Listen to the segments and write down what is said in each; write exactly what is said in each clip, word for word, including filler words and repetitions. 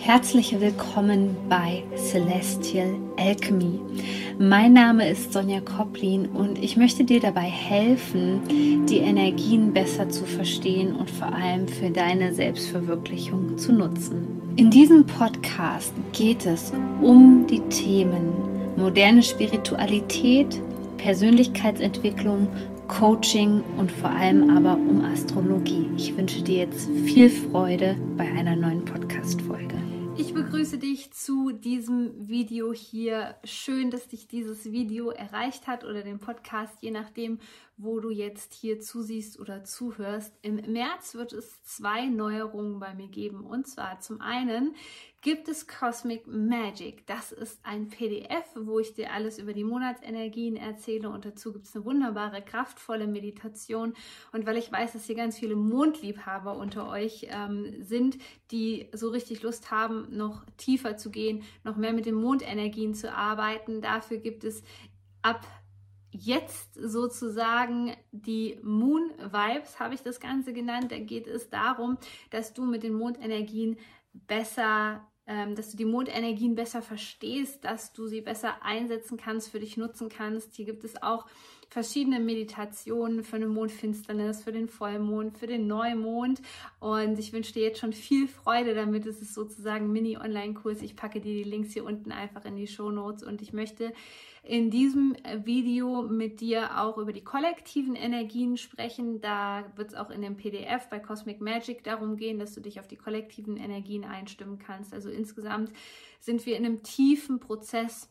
Herzlich willkommen bei Celestial Alchemy. Mein Name ist Sonja Koplin und ich möchte dir dabei helfen, die Energien besser zu verstehen und vor allem für deine Selbstverwirklichung zu nutzen. In diesem Podcast geht es um die Themen moderne Spiritualität, Persönlichkeitsentwicklung, Coaching und vor allem aber um Astrologie. Ich wünsche dir jetzt viel Freude bei einer neuen Podcast-Folge. Ich begrüße dich zu diesem Video hier. Schön, dass dich dieses Video erreicht hat oder den Podcast, je nachdem, wo du jetzt hier zusiehst oder zuhörst. Im März wird es zwei Neuerungen bei mir geben. Und zwar zum einen gibt es Cosmic Magic. Das ist ein P D F, wo ich dir alles über die Monatsenergien erzähle und dazu gibt es eine wunderbare, kraftvolle Meditation. Und weil ich weiß, dass hier ganz viele Mondliebhaber unter euch ähm, sind, die so richtig Lust haben, noch tiefer zu gehen, noch mehr mit den Mondenergien zu arbeiten, dafür gibt es ab jetzt sozusagen die Moon Vibes, habe ich das Ganze genannt. Da geht es darum, dass du mit den Mondenergien besser dass du die Mondenergien besser verstehst, dass du sie besser einsetzen kannst, für dich nutzen kannst. Hier gibt es auch verschiedene Meditationen für eine Mondfinsternis, für den Vollmond, für den Neumond. Und ich wünsche dir jetzt schon viel Freude damit. Es ist sozusagen ein Mini-Online-Kurs. Ich packe dir die Links hier unten einfach in die Shownotes. Und ich möchte in diesem Video mit dir auch über die kollektiven Energien sprechen. Da wird es auch in dem P D F bei Cosmic Magic darum gehen, dass du dich auf die kollektiven Energien einstimmen kannst. Also insgesamt sind wir in einem tiefen Prozess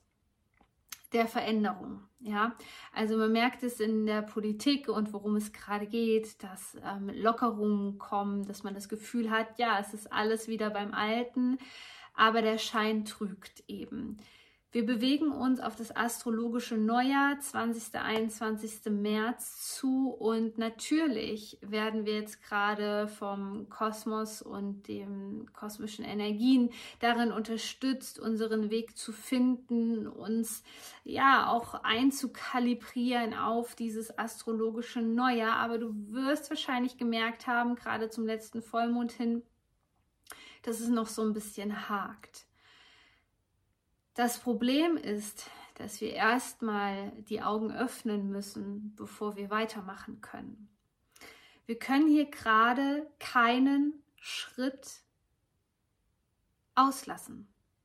der Veränderung. Ja, also man merkt es in der Politik und worum es gerade geht, dass ähm, Lockerungen kommen, dass man das Gefühl hat, ja, es ist alles wieder beim Alten, aber der Schein trügt eben. Wir bewegen uns auf das astrologische Neujahr, zwanzigsten einundzwanzigsten März zu und natürlich werden wir jetzt gerade vom Kosmos und den kosmischen Energien darin unterstützt, unseren Weg zu finden, uns ja auch einzukalibrieren auf dieses astrologische Neujahr. Aber du wirst wahrscheinlich gemerkt haben, gerade zum letzten Vollmond hin, dass es noch so ein bisschen hakt. Das Problem ist, dass wir erstmal die Augen öffnen müssen, bevor wir weitermachen können. Wir können hier gerade keinen Schritt auslassen.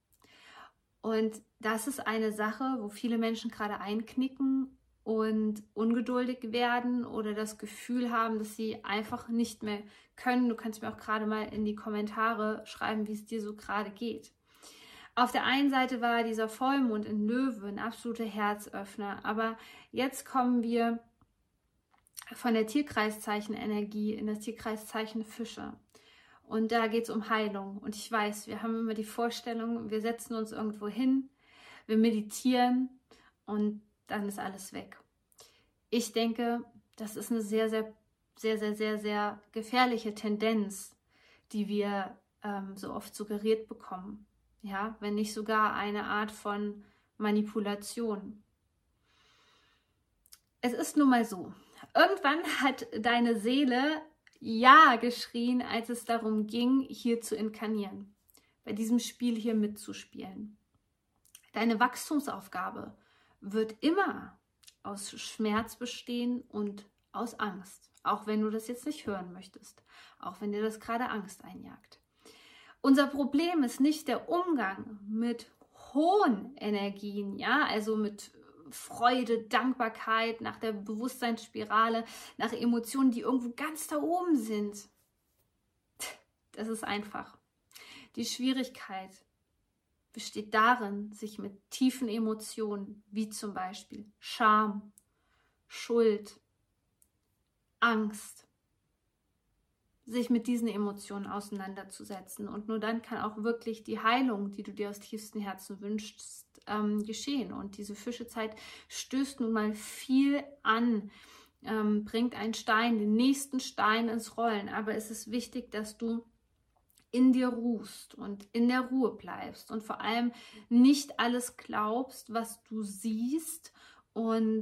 Und das ist eine Sache, wo viele Menschen gerade einknicken und ungeduldig werden oder das Gefühl haben, dass sie einfach nicht mehr können. Du kannst mir auch gerade mal in die Kommentare schreiben, wie es dir so gerade geht. Auf der einen Seite war dieser Vollmond in Löwe ein absoluter Herzöffner, aber jetzt kommen wir von der Tierkreiszeichen-Energie in das Tierkreiszeichen Fische. Und da geht es um Heilung. Und ich weiß, wir haben immer die Vorstellung, wir setzen uns irgendwo hin, wir meditieren und dann ist alles weg. Ich denke, das ist eine sehr, sehr, sehr, sehr, sehr, sehr gefährliche Tendenz, die wir ähm, so oft suggeriert bekommen. Ja, wenn nicht sogar eine Art von Manipulation. Es ist nun mal so, irgendwann hat deine Seele Ja geschrien, als es darum ging, hier zu inkarnieren, bei diesem Spiel hier mitzuspielen. Deine Wachstumsaufgabe wird immer aus Schmerz bestehen und aus Angst, auch wenn du das jetzt nicht hören möchtest, auch wenn dir das gerade Angst einjagt. Unser Problem ist nicht der Umgang mit hohen Energien, ja, also mit Freude, Dankbarkeit, nach der Bewusstseinsspirale, nach Emotionen, die irgendwo ganz da oben sind. Das ist einfach. Die Schwierigkeit besteht darin, sich mit tiefen Emotionen, wie zum Beispiel Scham, Schuld, Angst, sich mit diesen Emotionen auseinanderzusetzen. Und nur dann kann auch wirklich die Heilung, die du dir aus tiefstem Herzen wünschst, ähm, geschehen. Und diese Fischezeit stößt nun mal viel an, ähm, bringt einen Stein, den nächsten Stein ins Rollen. Aber es ist wichtig, dass du in dir ruhst und in der Ruhe bleibst und vor allem nicht alles glaubst, was du siehst und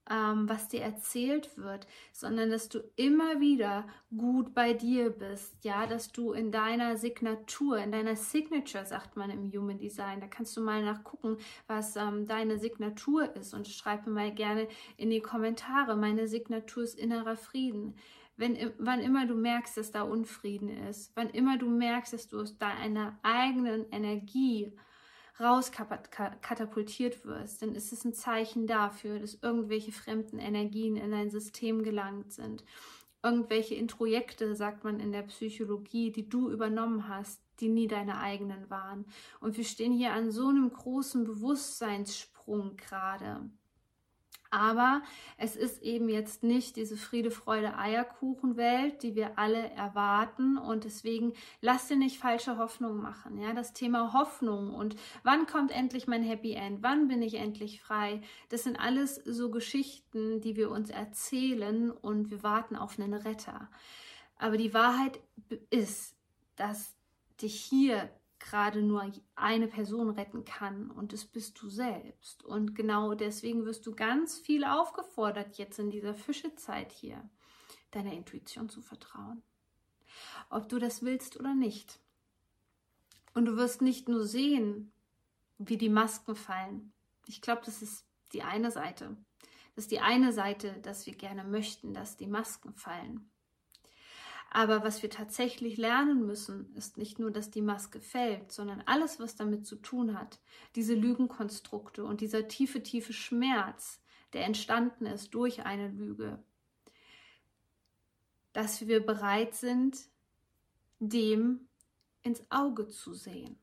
ähm, was dir erzählt wird, sondern dass du immer wieder gut bei dir bist, ja, dass du in deiner Signatur, in deiner Signature, sagt man im Human Design, da kannst du mal nachgucken, was ähm, deine Signatur ist, und schreib mir mal gerne in die Kommentare, meine Signatur ist innerer Frieden. Wenn, wann immer du merkst, dass da Unfrieden ist, wann immer du merkst, dass du aus deiner eigenen Energie rauskatapultiert wirst, dann ist es ein Zeichen dafür, dass irgendwelche fremden Energien in dein System gelangt sind. Irgendwelche Introjekte, sagt man in der Psychologie, die du übernommen hast, die nie deine eigenen waren. Und wir stehen hier an so einem großen Bewusstseinssprung gerade. Aber es ist eben jetzt nicht diese Friede, Freude, Eierkuchen-Welt, die wir alle erwarten, und deswegen lass dir nicht falsche Hoffnung machen. Ja, das Thema Hoffnung und wann kommt endlich mein Happy End, wann bin ich endlich frei, das sind alles so Geschichten, die wir uns erzählen, und wir warten auf einen Retter. Aber die Wahrheit ist, dass dich hier gerade nur eine Person retten kann, und das bist du selbst. Und genau deswegen wirst du ganz viel aufgefordert, jetzt in dieser Fischezeit hier, deiner Intuition zu vertrauen. Ob du das willst oder nicht. Und du wirst nicht nur sehen, wie die Masken fallen. Ich glaube, das ist die eine Seite. Das ist die eine Seite, dass wir gerne möchten, dass die Masken fallen. Aber was wir tatsächlich lernen müssen, ist nicht nur, dass die Maske fällt, sondern alles, was damit zu tun hat, diese Lügenkonstrukte und dieser tiefe, tiefe Schmerz, der entstanden ist durch eine Lüge, dass wir bereit sind, dem ins Auge zu sehen.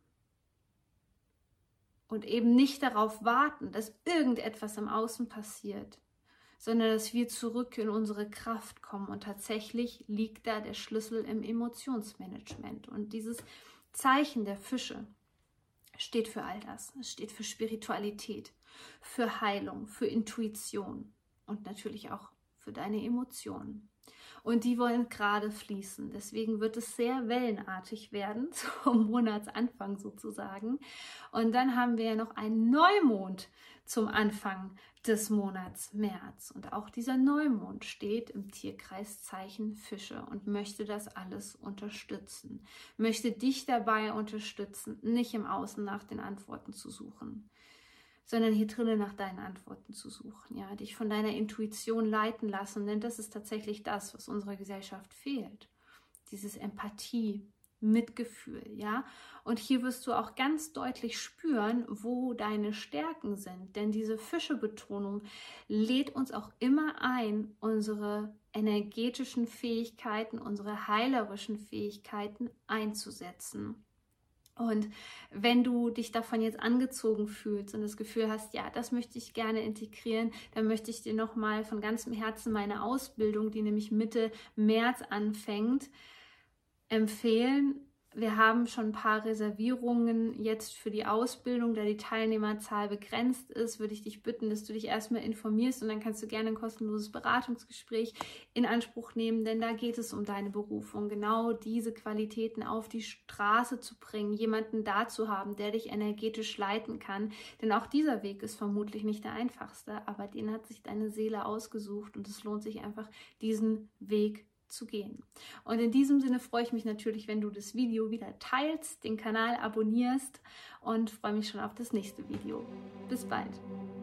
Und eben nicht darauf warten, dass irgendetwas im Außen passiert, sondern dass wir zurück in unsere Kraft kommen. Und tatsächlich liegt da der Schlüssel im Emotionsmanagement. Und dieses Zeichen der Fische steht für all das. Es steht für Spiritualität, für Heilung, für Intuition und natürlich auch für deine Emotionen. Und die wollen gerade fließen. Deswegen wird es sehr wellenartig werden, zum Monatsanfang sozusagen. Und dann haben wir ja noch einen Neumond zum Anfang des Monats März. Und auch dieser Neumond steht im Tierkreiszeichen Fische und möchte das alles unterstützen. Möchte dich dabei unterstützen, nicht im Außen nach den Antworten zu suchen, sondern hier drinnen nach deinen Antworten zu suchen, ja, dich von deiner Intuition leiten lassen, denn das ist tatsächlich das, was unserer Gesellschaft fehlt. Dieses Empathie, Mitgefühl, ja. Und hier wirst du auch ganz deutlich spüren, wo deine Stärken sind, denn diese Fischebetonung lädt uns auch immer ein, unsere energetischen Fähigkeiten, unsere heilerischen Fähigkeiten einzusetzen. Und wenn du dich davon jetzt angezogen fühlst und das Gefühl hast, ja, das möchte ich gerne integrieren, dann möchte ich dir nochmal von ganzem Herzen meine Ausbildung, die nämlich Mitte März anfängt, empfehlen. Wir haben schon ein paar Reservierungen jetzt für die Ausbildung, da die Teilnehmerzahl begrenzt ist, würde ich dich bitten, dass du dich erstmal informierst, und dann kannst du gerne ein kostenloses Beratungsgespräch in Anspruch nehmen, denn da geht es um deine Berufung, genau diese Qualitäten auf die Straße zu bringen, jemanden da zu haben, der dich energetisch leiten kann, denn auch dieser Weg ist vermutlich nicht der einfachste, aber den hat sich deine Seele ausgesucht, und es lohnt sich einfach, diesen Weg zu gehen. Und in diesem Sinne freue ich mich natürlich, wenn du das Video wieder teilst, den Kanal abonnierst, und freue mich schon auf das nächste Video. Bis bald!